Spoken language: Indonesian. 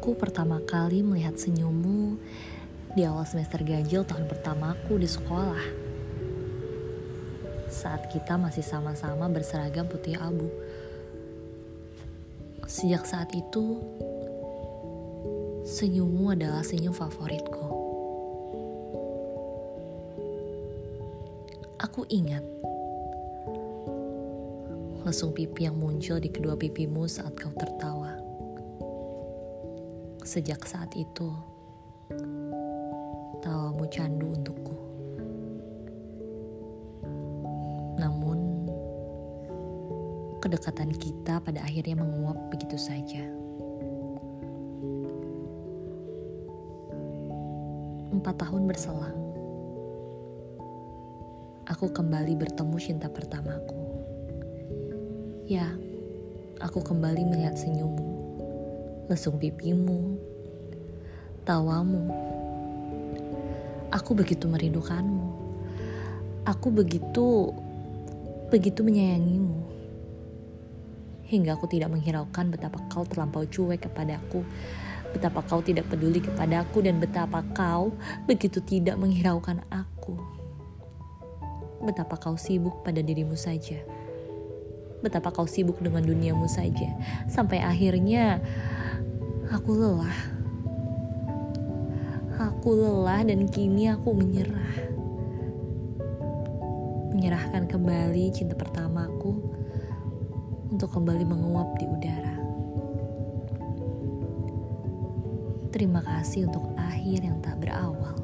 Aku pertama kali melihat senyummu di awal semester ganjil tahun pertamaku di sekolah. Saat kita masih sama-sama berseragam putih abu. Sejak saat itu, senyummu adalah senyum favoritku. Aku ingat lesung pipi yang muncul di kedua pipimu saat kau tertawa. Sejak saat itu, tawamu candu untukku. Namun, kedekatan kita pada akhirnya menguap begitu saja. 4 tahun berselang, aku kembali bertemu cinta pertamaku. Ya, aku kembali melihat senyummu, lesung pipimu, tawamu. Aku begitu merindukanmu. Aku begitu menyayangimu. Hingga aku tidak menghiraukan betapa kau terlampau cuek kepadaku, betapa kau tidak peduli kepadaku, dan betapa kau begitu tidak menghiraukan aku. Betapa kau sibuk pada dirimu saja. Betapa kau sibuk dengan duniamu saja. Sampai akhirnya aku lelah. Aku lelah dan kini aku menyerah. Menyerahkan kembali cinta pertamaku untuk kembali menguap di udara. Terima kasih untuk akhir yang tak berawal.